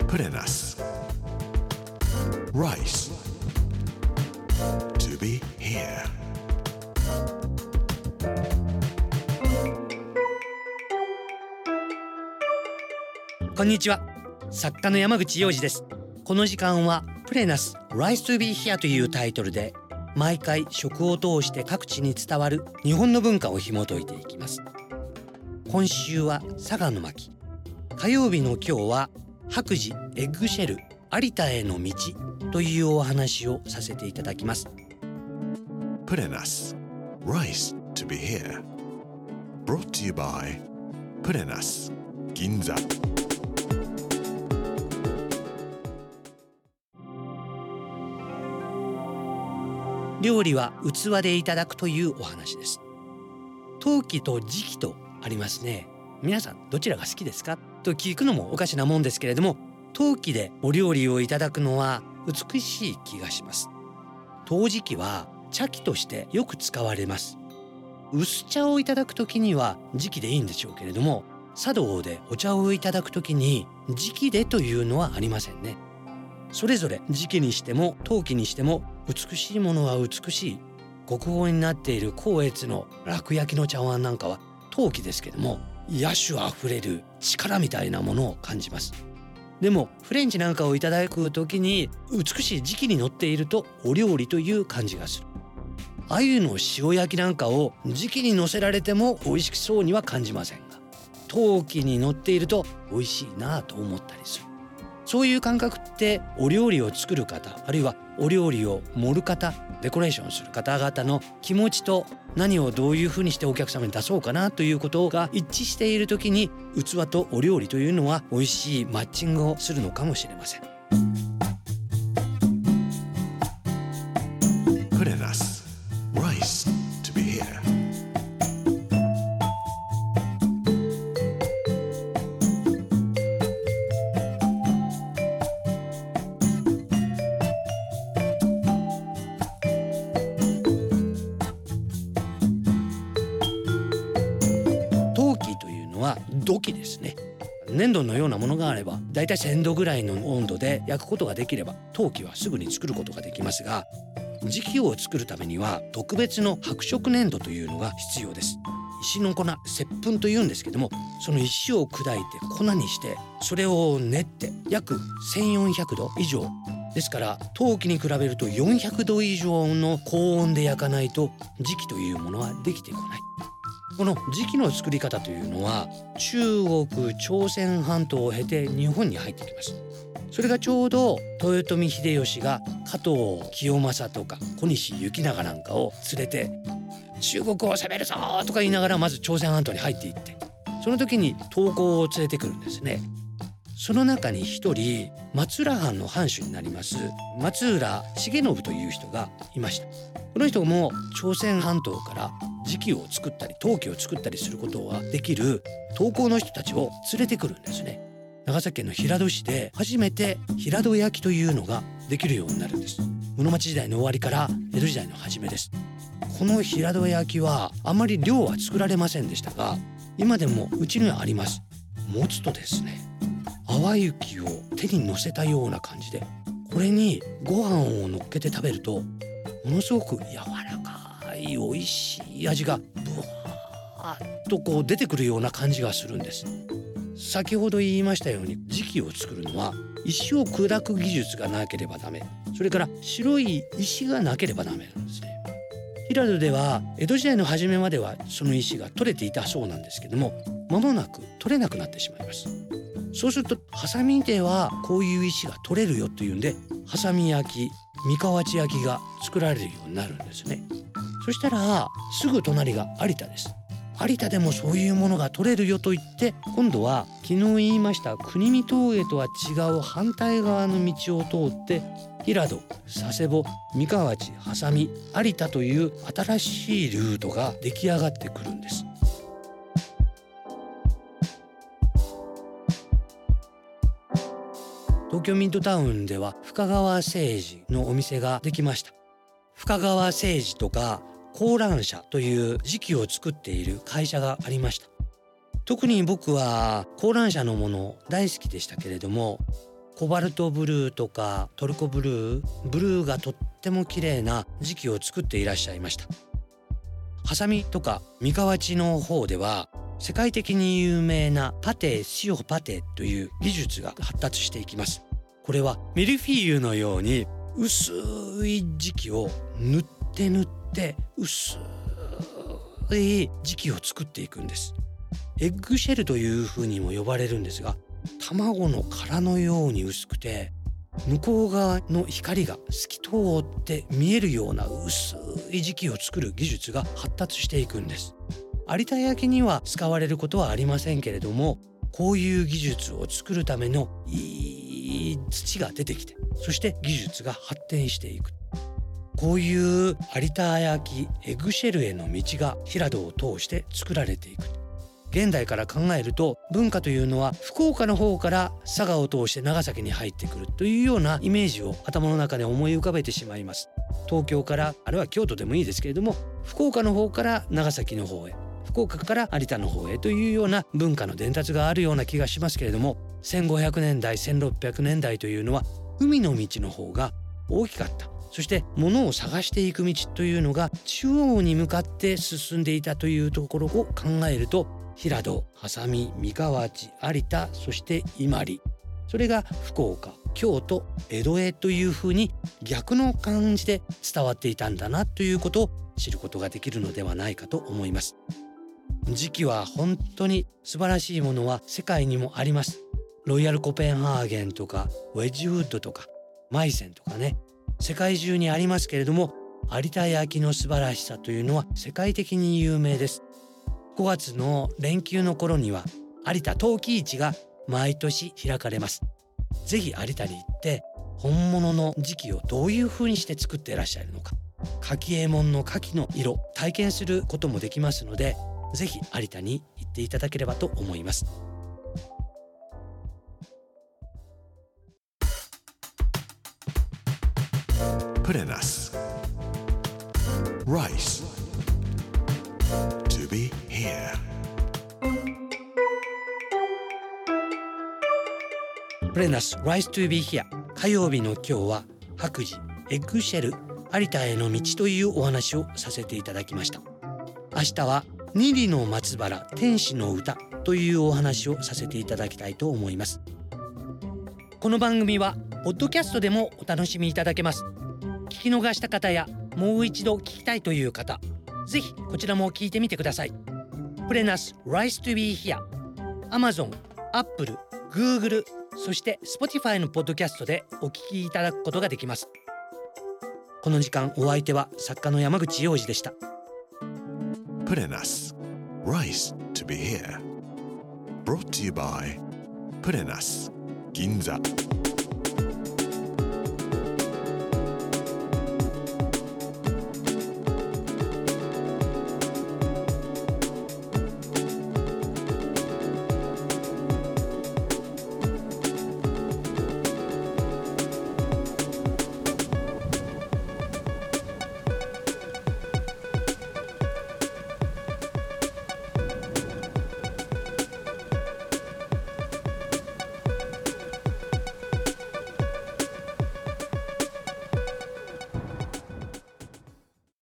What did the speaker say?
Put in us rice to be here. こんにちは、作家の山口洋二です。この時間はプレナス Rice to be here というタイトルで毎回食を通して各地に伝わる日本の文化を紐解いていきます。今週は佐賀の巻、火曜日の今日は白磁エッグシェル有田への道というお話をさせていただきます。 Put in us rice to be here. Brought to you by Put in us 銀座。料理は器でいただくというお話です。陶器と磁器とありますね。皆さんどちらが好きですかと聞くのもおかしなもんですけれども、陶器でお料理をいただくのは美しい気がします。陶磁器は茶器としてよく使われます。薄茶をいただくときには磁器でいいんでしょうけれども、茶道でお茶をいただくときに磁器でというのはありませんね。それぞれ磁器にしても陶器にしても美しいものは美しい。国宝になっている光悦の楽焼の茶碗なんかは陶器ですけども、野趣あふれる力みたいなものを感じます。でもフレンチなんかをいただくときに美しい磁器に乗っているとお料理という感じがする。鮎の塩焼きなんかを磁器に乗せられても美味しそうには感じませんが、陶器に乗っていると美味しいなと思ったりする。そういう感覚ってお料理を作る方、あるいはお料理を盛る方、デコレーションする方々の気持ちと何をどういうふうにしてお客様に出そうかなということが一致しているときに、器とお料理というのは美味しいマッチングをするのかもしれません。 Put in us rice to be here. 陶器というのは土器ですね。粘土のようなものがあれば、だいたい1000度ぐらいの温度で焼くことができれば陶器はすぐに作ることができますが、磁器を作るためには特別の白色粘土というのが必要です。石の粉、接粉というんですけども、その石を砕いて粉にしてそれを練って約1400度以上ですから、陶器に比べると400度以上の高温で焼かないと磁器というものはできてこない。この磁器の作り方というのは中国朝鮮半島を経て日本に入ってきます。それがちょうど豊臣秀吉が加藤清正とか小西行長なんかを連れて中国を攻めるぞとか言いながらまず朝鮮半島に入っていって、その時に刀工を連れてくるんですね。その中に一人松浦藩の藩主になります松浦重信という人がいました。この人も朝鮮半島から磁器を作ったり陶器を作ったりすることができる刀工の人たちを連れてくるんですね。長崎県の平戸市で初めて平戸焼というのができるようになるんです。室町時代の終わりから江戸時代の初めです。この平戸焼はあまり量は作られませんでしたが、今でもうちにはあります。持つとですね、淡雪を手に乗せたような感じで、これにご飯を乗っけて食べるとものすごく柔らかい美味しい味がブワーッとこう出てくるような感じがするんです。先ほど言いましたように磁器を作るのは石を砕く技術がなければダメ、それから白い石がなければダメなんですね。平戸では江戸時代の初めまではその石が取れていたそうなんですけども、間もなく取れなくなってしまいます。そうするとハサミではこういう石が取れるよというんで、ハサミ焼き、三河内焼きが作られるようになるんですね。そしたらすぐ隣が有田です。有田でもそういうものが取れるよと言って、今度は昨日言いました国見峠とは違う反対側の道を通って平戸、佐世保、三河内、波佐見、有田という新しいルートが出来上がってくるんです。東京ミッドタウンでは深川製磁のお店ができました。深川製磁とか香蘭社という磁器を作っている会社がありました。特に僕は香蘭社のもの大好きでしたけれども、 コバルトブルーとかトルコブルーがとっても綺麗な磁器を作っていらっしゃいました。ハサミとか三河内の方では世界的に有名なパテ塩パテという技術が発達していきます。これはミルフィーユのように薄い磁器を塗って薄い磁器を作っていくんです。エッグシェルというふうにも呼ばれるんですが、卵の殻のように薄くて向こう側の光が透き通って見えるような薄い磁器を作る技術が発達していくんです。有田焼には使われることはありませんけれども、こういう技術を作るためのいい土が出てきて、そして技術が発展していく。こういう有田焼エッグシェルへの道が平戸を通して作られていく。現代から考えると文化というのは福岡の方から佐賀を通して長崎に入ってくるというようなイメージを頭の中で思い浮かべてしまいます。東京からあるいは京都でもいいですけれども、福岡の方から長崎の方へ、福岡から有田の方へというような文化の伝達があるような気がしますけれども、1500年代1600年代というのは海の道の方が大きかった。そして物を探していく道というのが中央に向かって進んでいたというところを考えると、平戸、波佐見、三河内、有田、そして伊万里、それが福岡、京都、江戸へというふうに逆の感じで伝わっていたんだなということを知ることができるのではないかと思います。磁器は本当に素晴らしいものは世界にもあります。ロイヤルコペンハーゲンとかウェッジウッドとかマイセンとかね、世界中にありますけれども、有田焼の素晴らしさというのは世界的に有名です。5月の連休の頃には有田陶器市が毎年開かれます。ぜひ有田に行って本物の磁器をどういう風にして作っていらっしゃるのか、柿右衛門の柿の色体験することもできますので、ぜひ有田に行っていただければと思います。 プレナス Rice to be here。 プレナス Rice to be here。 火曜日の今日は白磁エッグシェル有田への道というお話をさせていただきました。明日は二里の松原天使の歌というお話をさせていただきたいと思います。この番組はポッドキャストでもお楽しみいただけます。聞き逃した方やもう一度聞きたいという方、ぜひこちらも聞いてみてください。プレナス Rice to be here、 Amazon、Apple、Google、 そして Spotify のポッドキャストでお聞きいただくことができます。この時間お相手は作家の山口洋二でした。 プレナス Rice to be here Brought to you by プレナス銀座。